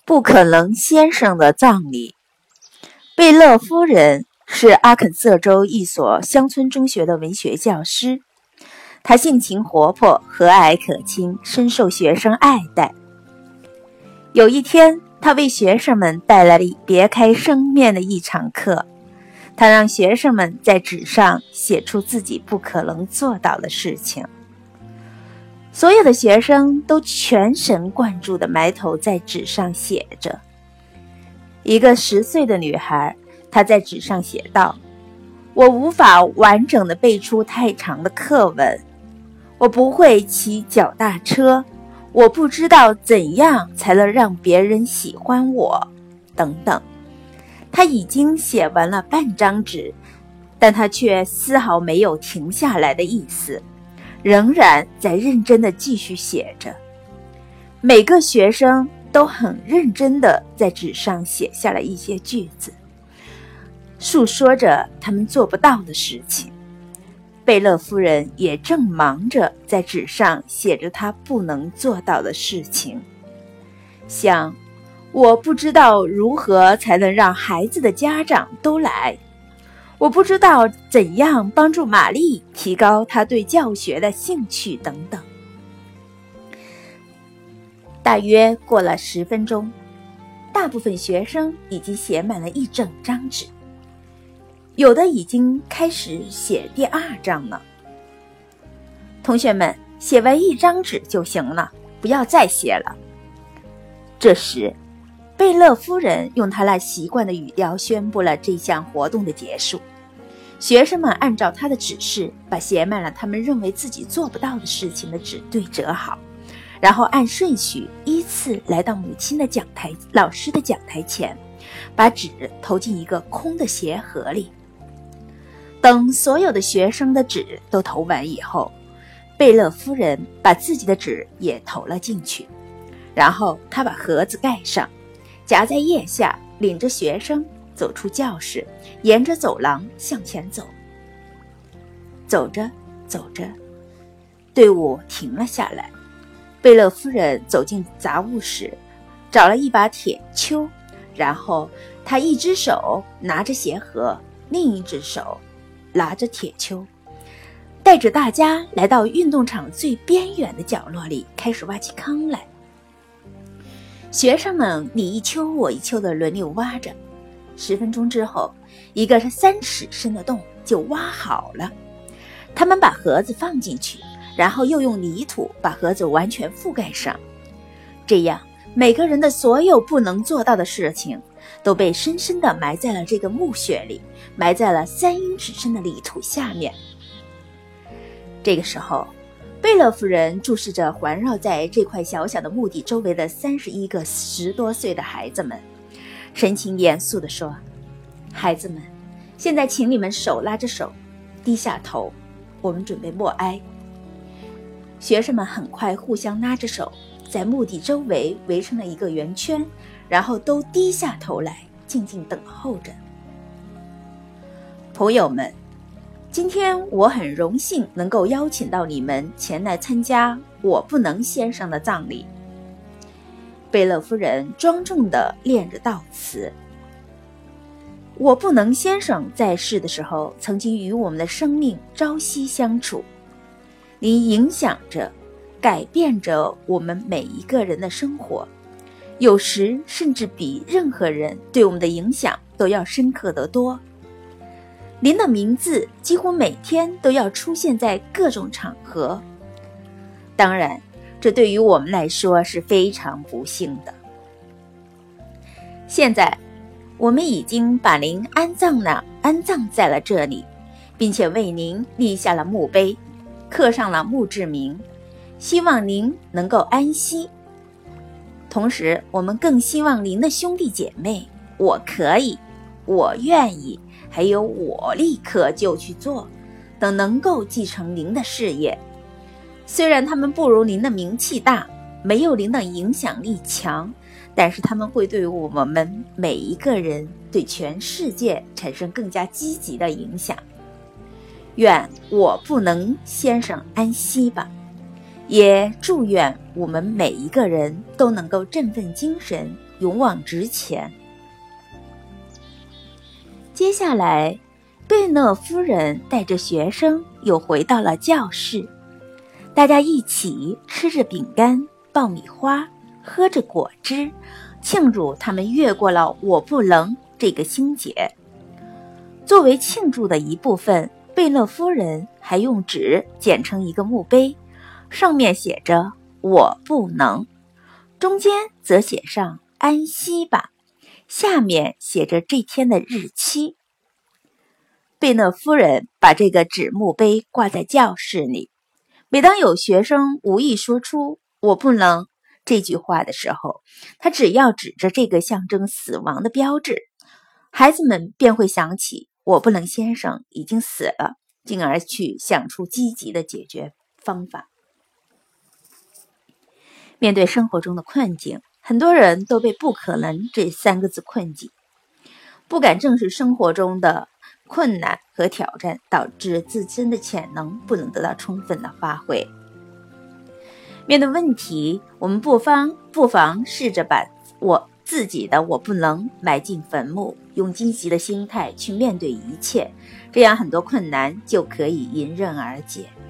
不可能先生的葬礼。贝勒夫人是阿肯色州一所乡村中学的文学教师，她性情活泼，和蔼可亲，深受学生爱戴。有一天，她为学生们带来了别开生面的一场课，她让学生们在纸上写出自己不可能做到的事情。所有的学生都全神贯注地埋头在纸上写着。一个10岁的女孩，她在纸上写道：我无法完整地背出太长的课文，我不会骑脚踏车，我不知道怎样才能让别人喜欢我，等等。她已经写完了半张纸，但她却丝毫没有停下来的意思，仍然在认真地继续写着。每个学生都很认真地在纸上写下了一些句子，述说着他们做不到的事情。贝勒夫人也正忙着在纸上写着她不能做到的事情，像我不知道如何才能让孩子的家长都来，我不知道怎样帮助玛丽提高她对教学的兴趣等等。大约过了10分钟，大部分学生已经写满了一整张纸，有的已经开始写第2张了。同学们，写完1张纸就行了，不要再写了。这时，贝勒夫人用她那习惯的语调宣布了这项活动的结束。学生们按照她的指示，把写满了他们认为自己做不到的事情的纸对折好，然后按顺序依次来到老师的讲台前，把纸投进一个空的鞋盒里。等所有的学生的纸都投完以后，贝勒夫人把自己的纸也投了进去，然后她把盒子盖上，夹在腋下，领着学生走出教室，沿着走廊向前走。走着走着，队伍停了下来。贝勒夫人走进杂物室，找了一把铁锹，然后她一只手拿着鞋盒，另一只手拿着铁锹，带着大家来到运动场最边远的角落里，开始挖起坑来。学生们你一锹我一锹地轮流挖着，10分钟之后，一个3尺深的洞就挖好了。他们把盒子放进去，然后又用泥土把盒子完全覆盖上。这样，每个人的所有不能做到的事情都被深深地埋在了这个墓穴里，埋在了3英尺深的泥土下面。这个时候，贝勒夫人注视着环绕在这块小小的墓地周围的31个10多岁的孩子们，神情严肃地说：孩子们，现在请你们手拉着手，低下头，我们准备默哀。学生们很快互相拉着手，在墓地周围围成了一个圆圈，然后都低下头来，静静等候着。朋友们，今天我很荣幸能够邀请到你们前来参加我不能先生的葬礼。贝勒夫人庄重地念着悼词。我不能先生在世的时候，曾经与我们的生命朝夕相处，您影响着、改变着我们每一个人的生活，有时甚至比任何人对我们的影响都要深刻得多。您的名字几乎每天都要出现在各种场合，当然，这对于我们来说是非常不幸的。现在，我们已经把您安葬在了这里，并且为您立下了墓碑，刻上了墓志铭，希望您能够安息。同时，我们更希望您的兄弟姐妹，我可以，我愿意，还有我立刻就去做等能够继承您的事业。虽然他们不如您的名气大，没有您的影响力强，但是他们会对我们每一个人，对全世界产生更加积极的影响。愿我不能先生安息吧，也祝愿我们每一个人都能够振奋精神， 勇往直前。接下来，贝勒夫人带着学生又回到了教室，大家一起吃着饼干、爆米花，喝着果汁，庆祝他们越过了我不能这个心结。作为庆祝的一部分，贝勒夫人还用纸剪成一个墓碑，上面写着我不能，中间则写上安息吧，下面写着这天的日期。贝勒夫人把这个纸墓碑挂在教室里，每当有学生无意说出我不能这句话的时候，他只要指着这个象征死亡的标志，孩子们便会想起我不能先生已经死了，进而去想出积极的解决方法。面对生活中的困境，很多人都被不可能这3个字困境，不敢正视生活中的困难和挑战，导致自身的潜能不能得到充分的发挥。面对问题，我们不妨试着把自己的我不能埋进坟墓，用积极的心态去面对一切，这样很多困难就可以迎刃而解。